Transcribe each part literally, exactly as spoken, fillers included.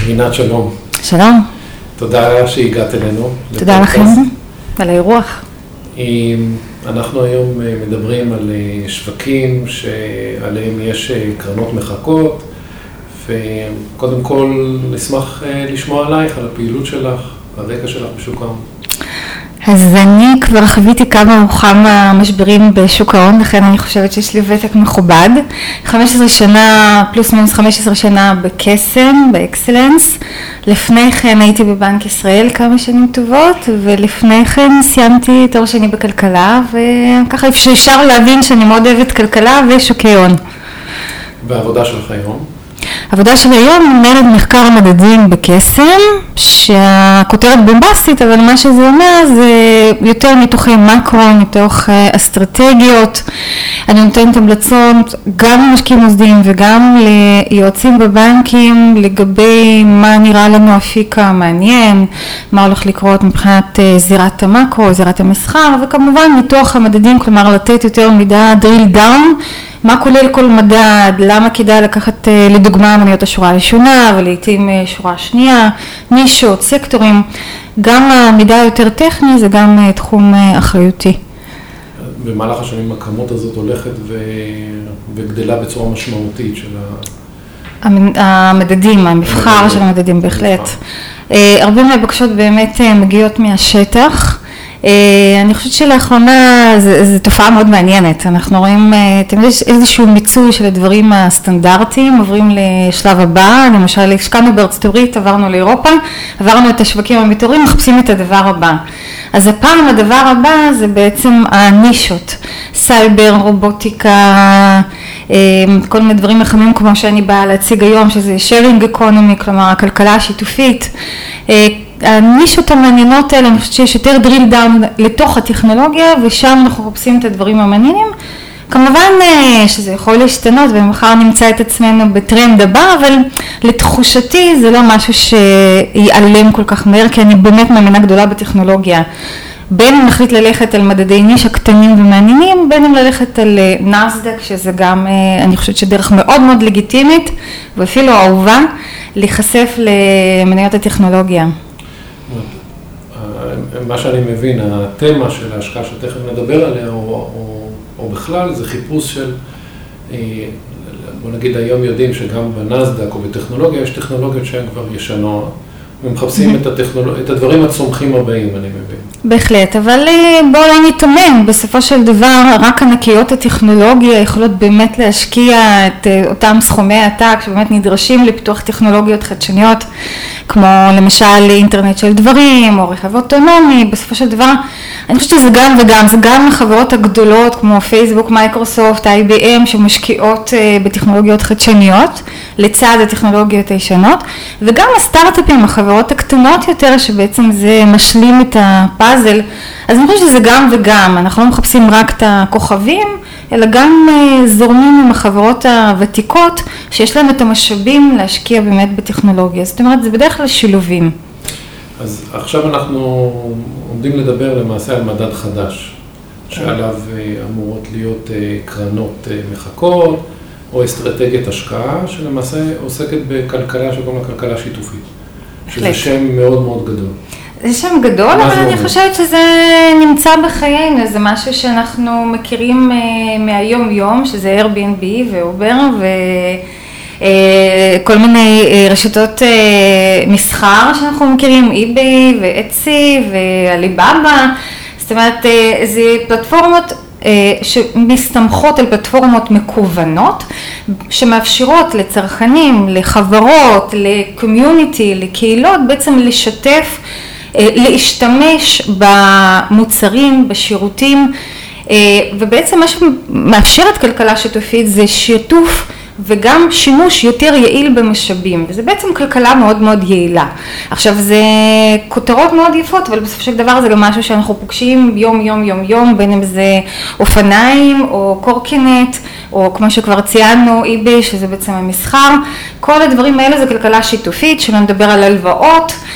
רינת, שלום. שלום. תודה שהגעת אלינו. תודה לכם על האירוח. אנחנו היום מדברים על שווקים שעליהם יש קרנות מחכות, וקודם כל נשמח לשמוע עלייך, על הפעילות שלך, הרקע שלך בשוק ההון. אז אני כבר חוויתי כמה וכמה משברים בשוק ההון, לכן אני חושבת שיש לי ותק מכובד. חמש עשרה שנה, פלוס מינוס חמש עשרה שנה בקסם, באקסלנס. לפני כן הייתי בבנק ישראל כמה שנים טובות, ולפני כן סיימתי תואר שני בכלכלה, וככה אפשר להבין שאני מאוד אוהבת כלכלה ושוקי הון. והעבודה שלך היום? העבודה שלי היום מנהלת מחקר מדדים בקסם, שהכותרת בומבסטית, אבל מה שזה אומר זה יותר ניתוחי מקרו, מתוך אסטרטגיות. אני נותנת המלצות גם למשקיעים מוסדיים וגם ליועצים בבנקים לגבי מה נראה לנו אפיק המעניין, מה הולך לקרות מבחינת זירת המקרו, זירת המסחר, וכמובן ניתוח המדדים, כלומר לתת יותר מידע drill down, מה כולל כל מדד, למה כדאי לקחת לדוגמה מניות השורה הראשונה ולעיתים שורה שנייה, נישות, סקטורים, גם המידע יותר טכני זה גם תחום אחריותי. במהלך השנים הכמות הזאת הולכת ו... וגדלה בצורה משמעותית של ה... המדדים, המבחר של המדדים בהחלט. הרבה מהבקשות באמת מגיעות מהשטח. אני חושבת שלאחרונה זו תופעה מאוד מעניינת, אנחנו רואים תמיד יש איזשהו מיצוי של הדברים הסטנדרטיים, עוברים לשלב הבא, למשל השקענו בארצות הברית, עברנו לאירופה, עברנו את השווקים המתעוררים, מחפשים את הדבר הבא. אז הפעם הדבר הבא זה בעצם הנישות, סייבר, רובוטיקה, כל מיני דברים מחמים כמו שאני באה להציג היום, שזה sharing economy, כלומר הכלכלה השיתופית. הנישות המעניינות האלה, אני חושבת שיש יותר drill down לתוך הטכנולוגיה, ושם אנחנו חופשים את הדברים המעניינים. כמובן שזה יכול להשתנות, ומחר נמצא את עצמנו בטרנד הבא, אבל לתחושתי זה לא משהו שיעלם כל כך מהר, כי אני באמת מאמינה גדולה בטכנולוגיה. בין אם נחליט ללכת על מדדי נישה קטנים ומעניינים, בין אם ללכת על נסדק, שזה גם, אני חושבת שדרך מאוד מאוד לגיטימית, ואפילו אהובה, להיחשף למניות הטכנולוגיה. מה שאני מבין, התמה של ההשקעה שתכף נדבר עליה, או, או, או בכלל, זה חיפוש של, בוא נגיד היום יודעים שגם בנסדק או בטכנולוגיה, יש טכנולוגיות שהן כבר ישנות, ומחפשים את, הטכנולוג... את הדברים הצומחים הבאים, אני מבין. בהחלט, אבל בואו לא נתאמן, בסופו של דבר רק ענקיות הטכנולוגיה יכולות באמת להשקיע את אותם סכומי עתק שבאמת נדרשים לפיתוח טכנולוגיות חדשניות, כמו למשל אינטרנט של דברים או רכב אוטונומי. בסופו של דבר אני חושבת שזה גם וגם, זה גם החברות הגדולות כמו פייסבוק, מייקרוסופט, איי בי אם שמשקיעות בטכנולוגיות חדשניות לצד הטכנולוגיות הישנות, וגם הסטארט-אפים, החברות הקטנות יותר שבעצם זה משלים את הפאזל. אז אני חושבת שזה גם וגם, אנחנו לא מחפשים רק את הכוכבים, אלא גם זורמים עם החברות הוותיקות שיש להם את המשאבים להשקיע באמת בטכנולוגיה. זאת אומרת, זה בדרך כלל שילובים. אז עכשיו אנחנו עומדים לדבר למעשה על מדד חדש, שעליו אמורות להיות קרנות מחכות, או אסטרטגיית השקעה, שלמעשה עוסקת בכלכלה שקוראים לה כלכלה שיתופית. שזה שם מאוד מאוד גדול. זה שם גדול, אבל אני חושבת שזה נמצא בחיינו, זה משהו שאנחנו מכירים מהיום יום, שזה Airbnb ואובר וכל מיני רשתות מסחר שאנחנו מכירים, eBay ואצי ואליבאבא. זאת אומרת, זה פלטפורמות שמסתמכות על פלטפורמות מקוונות, שמאפשרות לצרכנים, לחברות, לקומיוניטי, לקהילות, בעצם לשתף, להשתמש במוצרים, בשירותים, ובעצם מה שמאפשרת כלכלה שיתופית זה שיתוף וגם שימוש יותר יעיל במשאבים, וזה בעצם כלכלה מאוד מאוד יעילה. עכשיו זה כותרות מאוד יפות, אבל בסופו של דבר זה גם משהו שאנחנו פוגשים יום יום יום יום, בין אם זה אופניים או קורקינט, או כמו שכבר ציינו, eBay, שזה בעצם המסחר. כל הדברים האלה זה כלכלה שיתופית, שלא נדבר על הלוואות,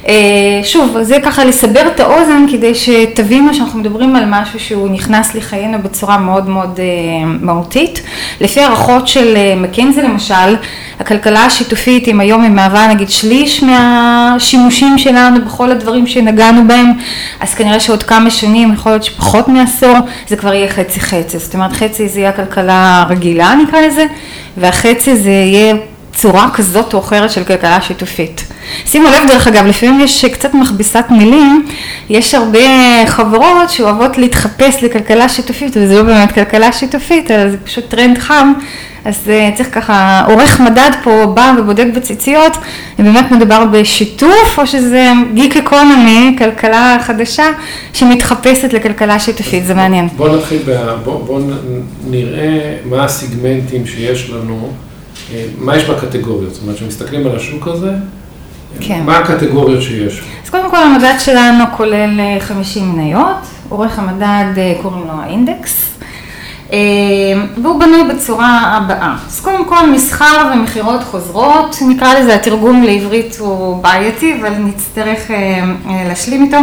שוב, זה ככה לסבר את האוזן כדי שתבינו שאנחנו מדברים על משהו שהוא נכנס לחיינו בצורה מאוד מאוד מהותית. לפי הערכות של מקינזי למשל, הכלכלה השיתופית עם היום היא מהווה נגיד שליש מהשימושים שלנו בכל הדברים שנגענו בהם, אז כנראה שעוד כמה שנים, יכול להיות שפחות מעשור, זה כבר יהיה חצי חצי. זאת אומרת, חצי זה יהיה הכלכלה הרגילה נקרא לזה, והחצי זה יהיה צורה כזאת או אחרת של כלכלה שיתופית. שימו לב דרך אגב, לפעמים יש קצת מכבסת מילים, יש הרבה חברות שאוהבות להתחפש לכלכלה שיתופית, וזה לא באמת כלכלה שיתופית, אלא זה פשוט טרנד חם, אז צריך ככה, עורך מדד פה בא ובודק בציציות, אם באמת מדובר בשיתוף, או שזה גיק אקונומי, כלכלה חדשה, שמתחפשת לכלכלה שיתופית, זה מעניין. בואו נתחיל, בואו בוא נראה מה הסיגמנטים שיש לנו, מה יש בקטגוריות, זאת אומרת, שמסתכלים על השוק הזה, כן. מה הקטגוריות שיש? אז קודם כל המדד שלנו כולל חמישים מניות, עורך המדד קוראים לו האינדקס, והוא בנוי בצורה הבאה. אז קודם כל מסחר ומחירות חוזרות, נקרא לזה, התרגום לעברית הוא בעייתי, אבל נצטרך להשלים איתו.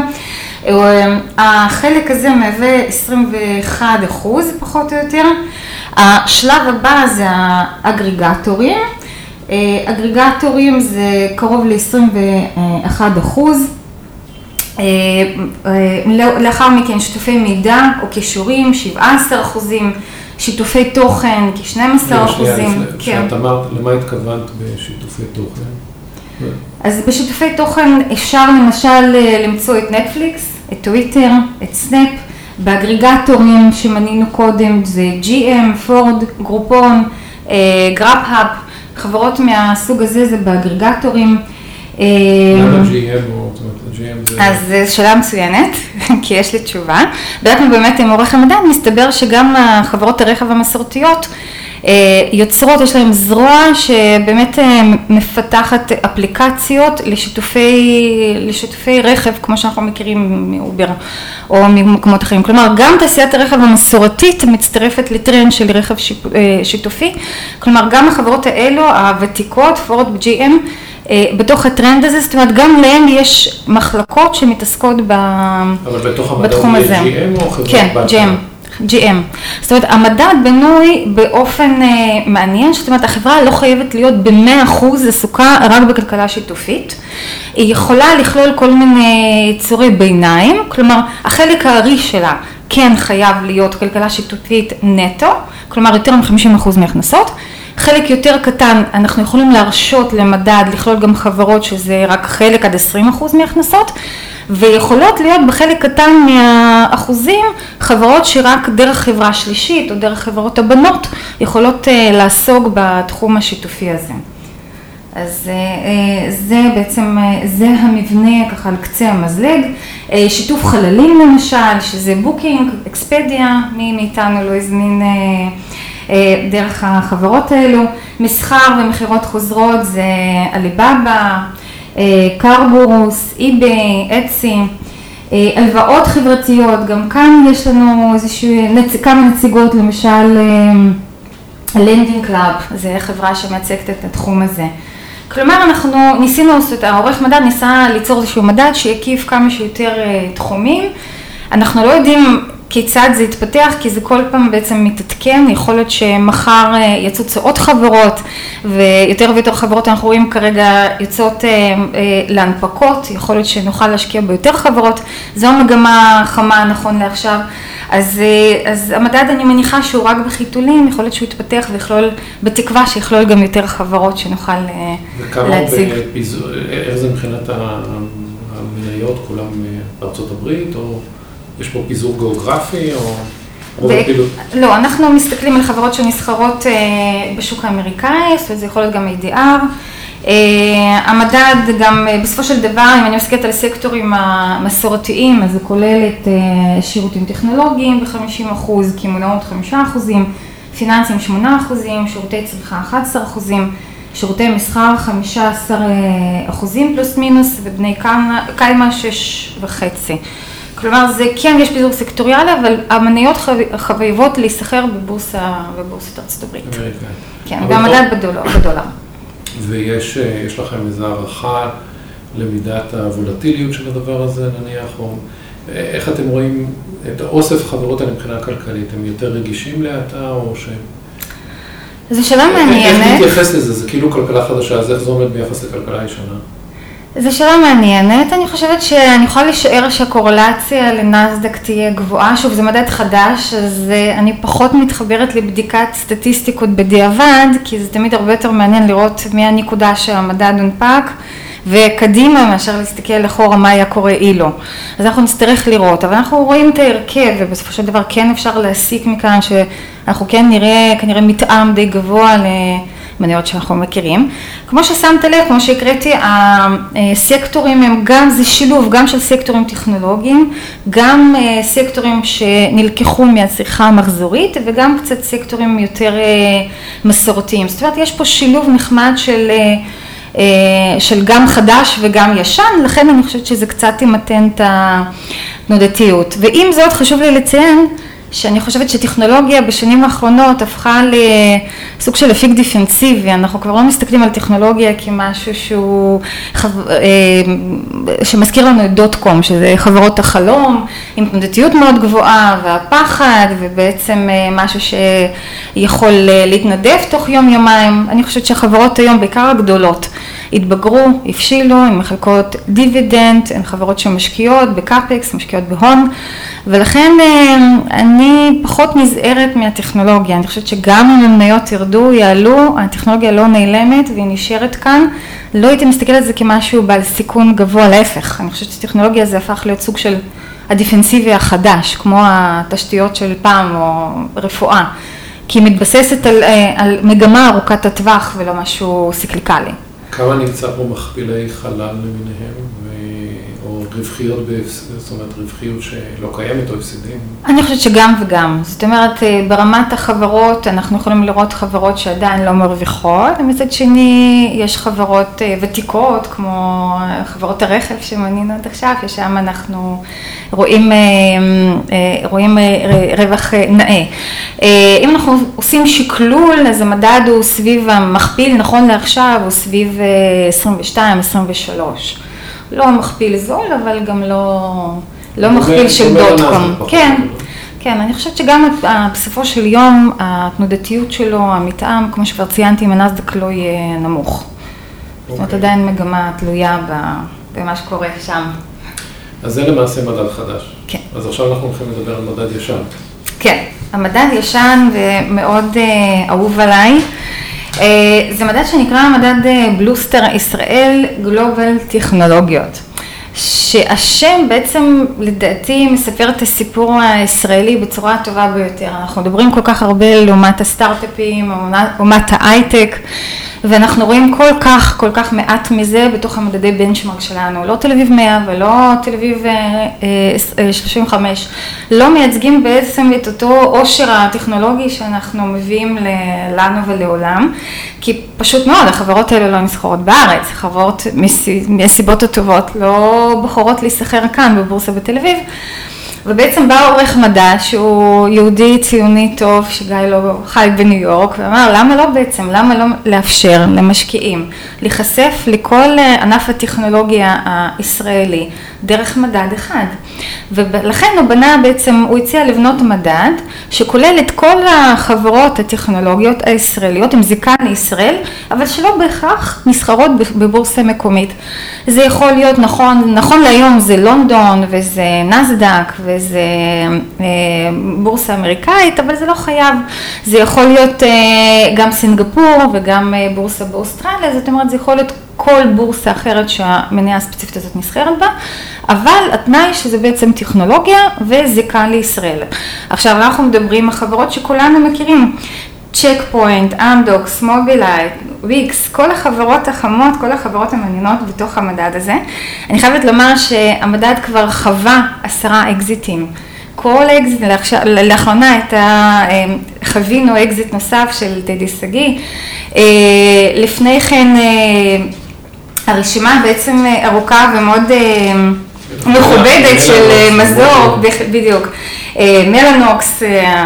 החלק הזה מהווה עשרים ואחד אחוז פחות או יותר. השלב הבא זה האגריגטורים. אגריגטורים זה קרוב ל-עשרים ואחד אחוז. לאחר מכן שיתופי מידע או קישורים, שבעה עשר אחוזים, שיתופי תוכן, כ-שנים עשר אחוזים. כשאת אמרת, למה התכוונת בשיתופי תוכן? אז בשיתופי תוכן אפשר למשל למצוא את נטפליקס, את טוויטר, את סנאפ, באגריגטורים שמנינו קודם זה ג'י אם, פורד, גרופון, גראב-האב, חברות מהסוג הזה זה באגריגטורים. למה ג'י אם או ג'י אם זה? אז זו שאלה מצוינת, כי יש לי תשובה. בדקנו באמת עם עורך המדד, מסתבר שגם חברות הרכב המסורתיות יוצרות, יש להם זרוע שבאמת מפתחת אפליקציות לשיתופי, לשיתופי רכב, כמו שאנחנו מכירים מאובר או ממקומות אחרים. כלומר, גם תעשיית הרכב המסורתית מצטרפת לטרנד של רכב שיתופי. כלומר, גם החברות האלו, הוותיקות, פורד וג'י אם, בתוך הטרנד הזה, זאת אומרת, גם להם יש מחלקות שמתעסקות אבל בתוך המדד זה ג'י אם או חברת כן, ג'י אם. ג'י אם. זאת אומרת, המדד בנוי באופן אה, מעניין, זאת אומרת, החברה לא חייבת להיות ב-מאה אחוז עסוקה רק בכלכלה שיתופית. היא יכולה לכלול כל מיני צורי ביניים, כלומר, החלק הארי שלה כן חייב להיות כלכלה שיתופית נטו, כלומר, יותר מ-חמישים אחוז מהכנסות. חלק יותר קטן, אנחנו יכולים להרשות למדד, לכלול גם חברות שזה רק חלק עד עשרים אחוז מהכנסות, ויכולות להיות בחלק קטן מהאחוזים חברות שרק דרך חברה שלישית או דרך חברות הבנות יכולות לעסוק בתחום השיתופי הזה. אז זה בעצם, זה המבנה ככה על קצה המזלג. שיתוף חללים למשל, שזה בוקינג, אקספדיה, מי מאיתנו לא הזמין דרך החברות האלו. מסחר ומחירות חוזרות זה אליבאבא, קרבורוס, איביי, אצי, הלוואות חברתיות, גם כאן יש לנו איזושהי, כמה נציגות, למשל לנדינג קלאב, זה חברה שמייצגת את התחום הזה. כלומר, אנחנו ניסינו, העורך מדד ניסה ליצור איזשהו מדד שיקיף כמה שיותר תחומים. אנחנו לא יודעים כיצד זה יתפתח, כי זה כל פעם בעצם מתעדכן, יכול להיות שמחר יצוצו עוד חברות, ויותר ויותר חברות אנחנו רואים כרגע יוצאות להנפקות, יכול להיות שנוכל להשקיע ביותר חברות, זו המגמה חמה נכון לעכשיו. אז, אז המדד אני מניחה שהוא רק בחיתולים, יכול להיות שהוא יתפתח ויכלול, בתקווה שיכלול גם יותר חברות שנוכל להציג. וכמה, איך זה מבחינת המניות, כולם בארצות הברית, או יש פה פיזור גיאוגרפי, או רוב הפעילות? לא, אנחנו מסתכלים על חברות שנסחרות בשוק האמריקאי, זאת אומרת, זה יכול להיות גם איי די אר. המדד גם בסופו של דבר, אם אני מסתכלת על סקטורים המסורתיים, אז זה כולל את שירותים טכנולוגיים ב-חמישים אחוז, קמעונאות חמישה אחוזים, פיננסים שמונה אחוזים, שירותי צריכה אחד עשר אחוזים, שירותי מסחר חמישה עשר אחוזים פלוס מינוס, ובני קיימה שש וחצי. כלומר, זה כן, יש פיזור סקטוריאלי, אבל המניות חייבות להיסחר בבורסה, בבורסת ארצות הברית. כן, והמדד בדולר. ויש יש לכם איזו הערכה למידת הוולטיליות של הדבר הזה נניח, או איך אתם רואים את האוסף החברות האלה מבחינה כלכלית, הם יותר רגישים להאטה או שהם... זו שאלה מעניינת. איך מתייחס לזה? זה כאילו כלכלה חדשה, אז איך זה עומד ביחס לכלכלה ישנה? זו שאלה מעניינת, אני חושבת שאני יכולה לשער שהקורלציה לנסדק תהיה גבוהה, שוב זה מדד חדש, אז אני פחות מתחברת לבדיקת סטטיסטיקות בדיעבד, כי זה תמיד הרבה יותר מעניין לראות מי הנקודה שהמדד הונפק, וקדימה מאשר להסתכל לחורה מה היה קורה אילו. אז אנחנו נצטרך לראות, אבל אנחנו רואים את ההרכב, ובסופו של דבר כן אפשר להסיק מכאן שאנחנו כן נראה כנראה מתאם די גבוה למניות שאנחנו מכירים. כמו ששמת לב, כמו שהקראתי, הסקטורים הם גם, זה שילוב גם של סקטורים טכנולוגיים, גם סקטורים שנלקחו מהצריכה המחזורית, וגם קצת סקטורים יותר מסורתיים. זאת אומרת, יש פה שילוב נחמד של... של גם חדש וגם ישן, לכן אני חושבת שזה קצת ימתן את התנודתיות. ועם זאת חשוב לי לציין שאני חושבת שטכנולוגיה בשנים האחרונות הפכה לסוג של אפיק דיפנסיבי, אנחנו כבר לא מסתכלים על טכנולוגיה כמשהו שהוא, שמזכיר לנו את דוט קום, שזה חברות החלום, עם תנודתיות מאוד גבוהה והפחד, ובעצם משהו שיכול להתנדף תוך יום יומיים. אני חושבת שהחברות היום, בעיקר הגדולות, התבגרו, הפשילו, הן מחלקות דיבידנד, הן חברות שמשקיעות בקאפקס, משקיעות בהון, ולכן אני פחות נזהרת מהטכנולוגיה. אני חושבת שגם אם המניות ירדו, יעלו, הטכנולוגיה לא נעלמת והיא נשארת כאן. לא הייתי מסתכלת על זה כמשהו בעל סיכון גבוה, להפך. אני חושבת שטכנולוגיה זה הפך להיות סוג של הדיפנסיבי החדש, כמו התשתיות של פעם או רפואה, כי היא מתבססת על, על מגמה ארוכת הטווח ולא משהו סיקליקלי. כמה נמצא פה מכפילי חלל למיניהם, או רווחיות, זאת אומרת רווחיות שלא קיימת או הפסידים? אני חושבת שגם וגם. זאת אומרת, ברמת החברות אנחנו יכולים לראות חברות שעדיין לא מרוויחות, ומצד שני יש חברות ותיקות, כמו חברות הרכב שמנינו עד עכשיו, ששם אנחנו רואים, רואים רווח נאה. אם אנחנו עושים שקלול, אז המדד הוא סביב המכפיל, נכון לעכשיו, הוא סביב עשרים ושתיים עשרים ושלוש. לא מכפיל זול, אבל גם לא, לא מכפיל של דוט קום. כן, כן, אני חושבת שגם בסופו של יום, התנודתיות שלו, המתאם, כמו שכבר ציינתי, אם הנסדק לא יהיה נמוך. זאת אומרת, עדיין מגמה תלויה במה שקורה שם. אז זה למעשה מדד חדש. כן. אז עכשיו אנחנו הולכים לדבר על מדד ישן. כן, המדד ישן ומאוד אהוב עליי. זה מדד שנקרא מדד בלוסטר ישראל גלובל טכנולוגיות, שהשם בעצם לדעתי מספר את הסיפור הישראלי בצורה הטובה ביותר. אנחנו מדברים כל כך הרבה לעומת הסטארט-אפים, לעומת ההייטק, ואנחנו רואים כל כך, כל כך מעט מזה בתוך המדדי בנצ'מרק שלנו. לא תל אביב מאה ולא תל אביב שלושים וחמש. לא מייצגים בעצם את אותו עושר הטכנולוגי שאנחנו מביאים לנו ולעולם, כי פשוט מאוד, החברות האלה לא נסחרות בארץ. חברות מהסיבות הטובות לא בוחרות להיסחר כאן בבורסה בתל אביב. ובעצם בא עורך מדע שהוא יהודי ציוני טוב שגיא לא חי בניו יורק ואמר למה לא בעצם, למה לא לאפשר למשקיעים להיחשף לכל ענף הטכנולוגיה הישראלי דרך מדד אחד. ולכן הוא בנה בעצם, הוא הציע לבנות מדד שכולל את כל החברות הטכנולוגיות הישראליות עם זיקה לישראל, אבל שלא בהכרח נסחרות בבורסה מקומית. זה יכול להיות נכון, נכון להיום זה לונדון וזה נסדק וזה בורסה אמריקאית, אבל זה לא חייב. זה יכול להיות גם סינגפור וגם בורסה באוסטרליה, זאת אומרת זה יכול להיות כל בורסה אחרת שהמניה הספציפית הזאת נסחרת בה, אבל התנאי שזה בעצם טכנולוגיה וזיקה לישראל. עכשיו אנחנו מדברים על חברות שכולנו מכירים, צ'ק פוינט, אמדוקס, מובילאיי, ויקס, כל החברות החמות, כל החברות המעניינות בתוך המדד הזה. אני חייבת לומר שהמדד כבר חווה עשרה אקזיטים. כל אקזיט, לאחרונה הייתה, חווינו אקזיט נוסף של טדי סגי. לפני כן הרשימה בעצם ארוכה ומאוד מכובדת של מזור, בדיוק. מלנוקס,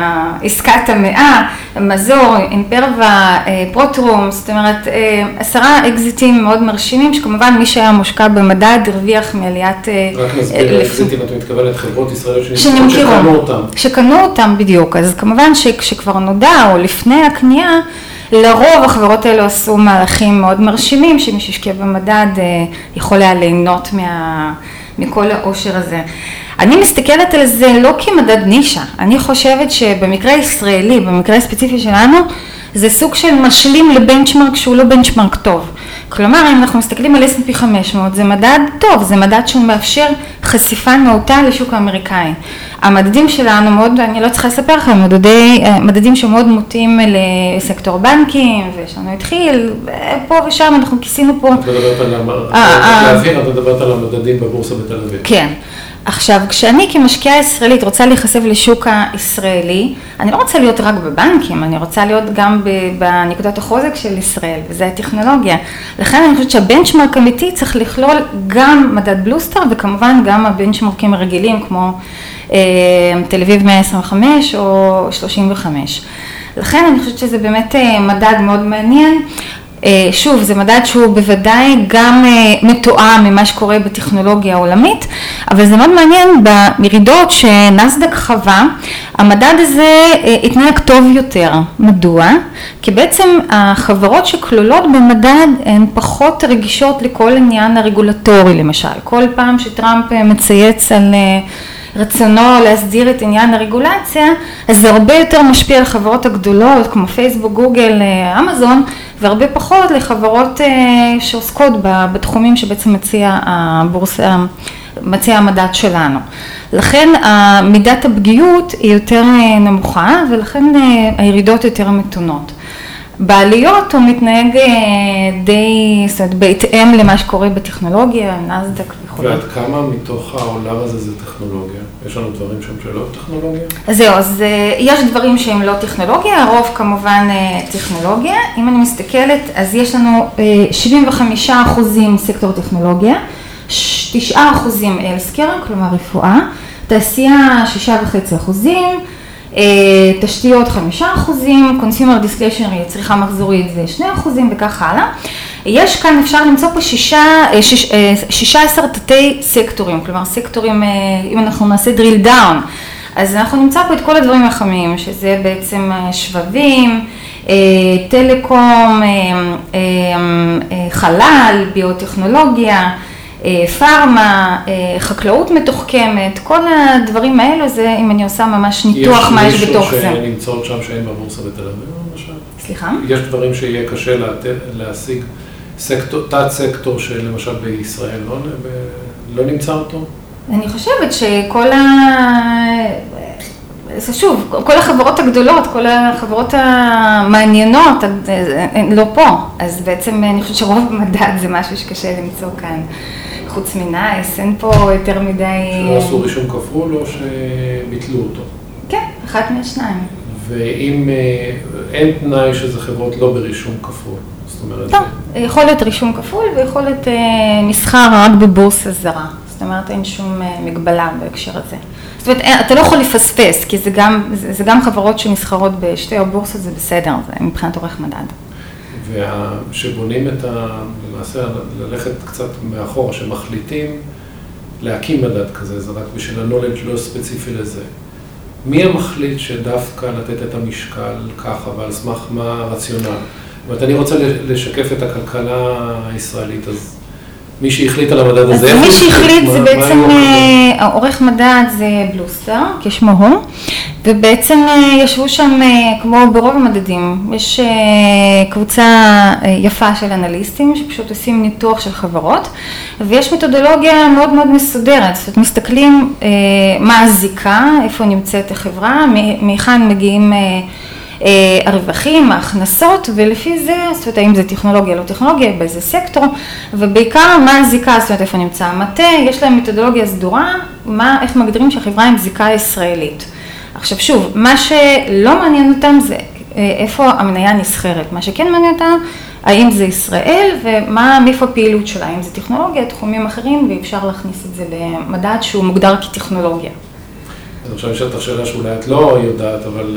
עסקת המאה, מזור, אימפרווה, פרוטרום, זאת אומרת, עשרה אקזיטים מאוד מרשימים, שכמובן מי שהיה מושקע במדד הרוויח מעליית... רק נסביר, אקזיטים, את מתכוונת חברות ישראליות שקנו אותם. שקנו אותם בדיוק, אז כמובן שכשכבר נודע, או לפני הקנייה, לרוב החברות האלו עשו מהלכים מאוד מרשימים, שמי שהשקיע במדד יכול היה ליהנות מה... מכל העושר הזה. אני מסתכלת על זה לא כמדד נישה, אני חושבת שבמקרה הישראלי, במקרה הספציפי שלנו, זה סוג של משלים לבנצ'מרק שהוא לא בנצ'מרק טוב. כלומר, אם אנחנו מסתכלים על אס אנד פי חמש מאות, זה מדד טוב, זה מדד שמאפשר חשיפה נאותה לשוק האמריקאי. המדדים שלנו מאוד, אני לא צריכה לספר לכם, מדדי, מדדים שמאוד מוטים לסקטור בנקים, ויש לנו התחיל, פה ושם אנחנו כיסינו פה. את מדברת על להבהיר, את מדברת על המדדים בבורסה בתל אביב. כן. עכשיו, כשאני כמשקיעה ישראלית רוצה להיחשף לשוק הישראלי, אני לא רוצה להיות רק בבנקים, אני רוצה להיות גם בנקודת החוזק של ישראל, וזה הטכנולוגיה. לכן אני חושבת שהבנצ'מרק אמיתי צריך לכלול גם מדד בלוסטר, וכמובן גם הבנצ'מרקים הרגילים, כמו אה, תל אביב מאה עשרים וחמש או שלושים וחמש. לכן אני חושבת שזה באמת מדד מאוד מעניין. שוב, זה מדד שהוא בוודאי גם מתואם ממה שקורה בטכנולוגיה העולמית, אבל זה מאוד מעניין במרידות שנסדק חווה, המדד הזה התנהג טוב יותר. מדוע? כי בעצם החברות שכלולות במדד הן פחות רגישות לכל עניין הרגולטורי למשל. כל פעם שטראמפ מצייץ על רצונו להסדיר את עניין הרגולציה, אז זה הרבה יותר משפיע על חברות הגדולות כמו פייסבוק, גוגל, אמזון, והרבה פחות לחברות שעוסקות בתחומים שבעצם מציע הבורסה, מציע המדד שלנו. לכן מידת הפגיעות היא יותר נמוכה, ולכן הירידות יותר מתונות. בעליות הוא מתנהג די, זאת אומרת, בהתאם למה שקורה בטכנולוגיה, נסדק וכו'. ועד כמה מתוך העולם הזה זה טכנולוגיה? יש לנו דברים שהם שלא טכנולוגיה? אז זהו, אז יש דברים שהם לא טכנולוגיה, הרוב כמובן טכנולוגיה. אם אני מסתכלת, אז יש לנו שבעים וחמישה אחוזים סקטור טכנולוגיה, תשעה אחוזים אלסקר, כלומר רפואה, תעשייה שישה וחצי אחוזים, תשתיות חמישה אחוזים, consumer discretionary, צריכה מחזורית זה שני אחוזים וכך הלאה. יש כאן, אפשר למצוא פה שישה, שיש, שישה עשר תתי סקטורים, כלומר סקטורים, אם אנחנו נעשה drill down, אז אנחנו נמצא פה את כל הדברים החמים, שזה בעצם שבבים, טלקום, חלל, ביוטכנולוגיה, פארמה, חקלאות מתוחכמת, כל הדברים האלו זה אם אני עושה ממש ניתוח מה יש בתוך זה. יש מישהו שנמצאות שם שאין בבורסה בתל אביב, למשל? סליחה? יש דברים שיהיה קשה להשיג, תת סקטור שלמשל בישראל לא נמצא אותו? אני חושבת שכל ה... זה שוב, כל החברות הגדולות, כל החברות המעניינות, לא פה. אז בעצם אני חושבת שרוב המדד זה משהו שקשה למצוא כאן. חוץ מנייס, אין פה יותר מדי... שלא עשו רישום כפול או שביטלו אותו? כן, אחת מהשניים. ואם אין תנאי שזה חברות לא ברישום כפול, זאת אומרת... לא, יכול להיות רישום כפול ויכול להיות מסחר רק בבורסה זרה. זאת אומרת, אין שום מגבלה בהקשר הזה. זאת אומרת, אתה לא יכול לפספס, כי זה גם, זה, זה גם חברות שנסחרות בשתי הבורסות, זה בסדר, זה מבחינת עורך מדד. ושבונים את ה... למעשה, ללכת קצת מאחור, שמחליטים להקים מדד כזה, זה רק בשביל הנולדג' לא ספציפי לזה. מי המחליט שדווקא לתת את המשקל ככה, ועל סמך מה הרציונל? זאת אומרת, אני רוצה לשקף את הכלכלה הישראלית, אז... מי שהחליט על המדד הזה? אז מי שהחליט זה בעצם, עורך מדד זה בלוסטר, כשמו הוא, ובעצם ישבו שם, כמו ברוב המדדים, יש קבוצה יפה של אנליסטים שפשוט עושים ניתוח של חברות, ויש מתודולוגיה מאוד מאוד מסודרת, זאת אומרת, מסתכלים מה הזיקה, איפה נמצאת החברה, מהיכן מגיעים הרווחים, ההכנסות, ולפי זה, זאת אומרת, האם זה טכנולוגיה, לא טכנולוגיה, באיזה סקטור, ובעיקר מה הזיקה, זאת אומרת, איפה נמצא המטה, יש להם מתודולוגיה סדורה, מה, איך מגדירים שהחברה עם זיקה ישראלית. עכשיו שוב, מה שלא מעניין אותם זה איפה המניה נסחרת, מה שכן מעניין אותם האם זה ישראל ומה, מאיפה הפעילות שלה, האם זה טכנולוגיה, תחומים אחרים, ואפשר להכניס את זה למדד שהוא מוגדר כטכנולוגיה. אז עכשיו יש את השאלה שאולי את לא יודעת, אבל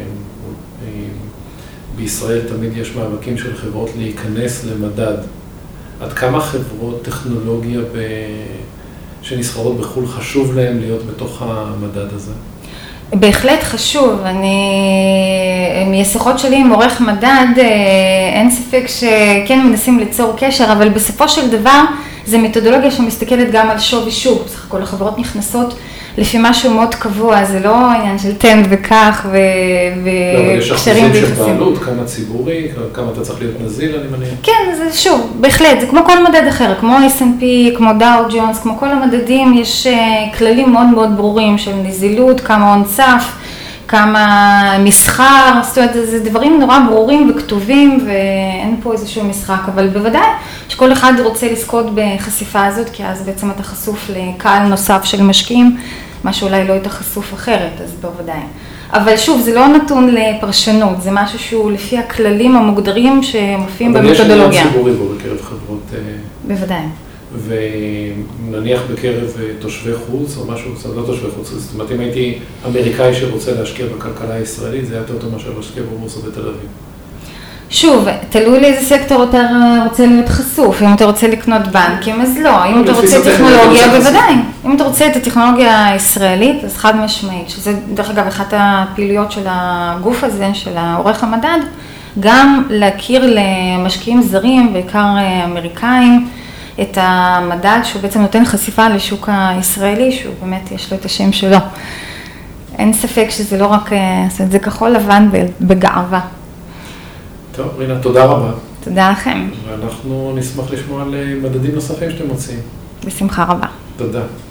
בישראל תמיד יש מאבקים של חברות להיכנס למדד. עד כמה חברות טכנולוגיה שנסחרות בחו"ל חשוב להם להיות בתוך המדד הזה? בהחלט חשוב. אני, מהשיחות שלי עם עורך מדד, אין ספק שכן מנסים ליצור קשר, אבל בסופו של דבר זה מתודולוגיה שמסתכלת גם על שווי שוק. בסך הכל החברות נכנסות לפי משהו מאוד קבוע, זה לא עניין של תן וכך וקשרים ויחסים. לא, אבל יש אחוזים של בעלות, כמה ציבורי, כמה אתה צריך להיות נזיל, אני מניח. כן, זה שוב, בהחלט, זה כמו כל מדד אחר, כמו אס אנד פי, כמו דאו ג'ונס, כמו כל המדדים, יש כללים מאוד מאוד ברורים של נזילות, כמה הון סף, כמה מסחר, זאת אומרת, זה דברים נורא ברורים וכתובים, ואין פה איזשהו משחק, אבל בוודאי שכל אחד רוצה לזכות בחשיפה הזאת, כי אז בעצם אתה חשוף לקהל נוסף של משקיעים, מה שאולי לא היית חשוף אחרת, אז בוודאי. אבל שוב, זה לא נתון לפרשנות, זה משהו שהוא לפי הכללים המוגדרים שמופיעים במתודולוגיה. אבל יש עניין ציבורי בו בקרב חברות... בוודאי. ונניח בקרב תושבי חוץ או משהו, לא תושבי חוץ, זאת אומרת, אם הייתי אמריקאי שרוצה להשקיע בכלכלה הישראלית, זה היה יותר טוב מאשר להשקיע בבורסה בתל אביב. שוב, תלוי לאיזה סקטור אתה רוצה להיות חשוף, אם אתה רוצה לקנות בנקים, אז לא, אם אתה רוצה טכנולוגיה, בוודאי, אם אתה רוצה את הטכנולוגיה הישראלית, אז חד משמעית, שזה דרך אגב אחת הפעילויות של הגוף הזה, של העורך המדד, גם להכיר למשקיעים זרים, בעיקר אמריקאים, את המדד שהוא בעצם נותן חשיפה לשוק הישראלי, שהוא באמת יש לו את השם שלו. אין ספק שזה לא רק, זה כחול לבן בגאווה. טוב, רינה, תודה רבה. תודה לכם. ואנחנו נשמח לשמוע על מדדים נוספים שאתם מוצאים. בשמחה רבה. תודה.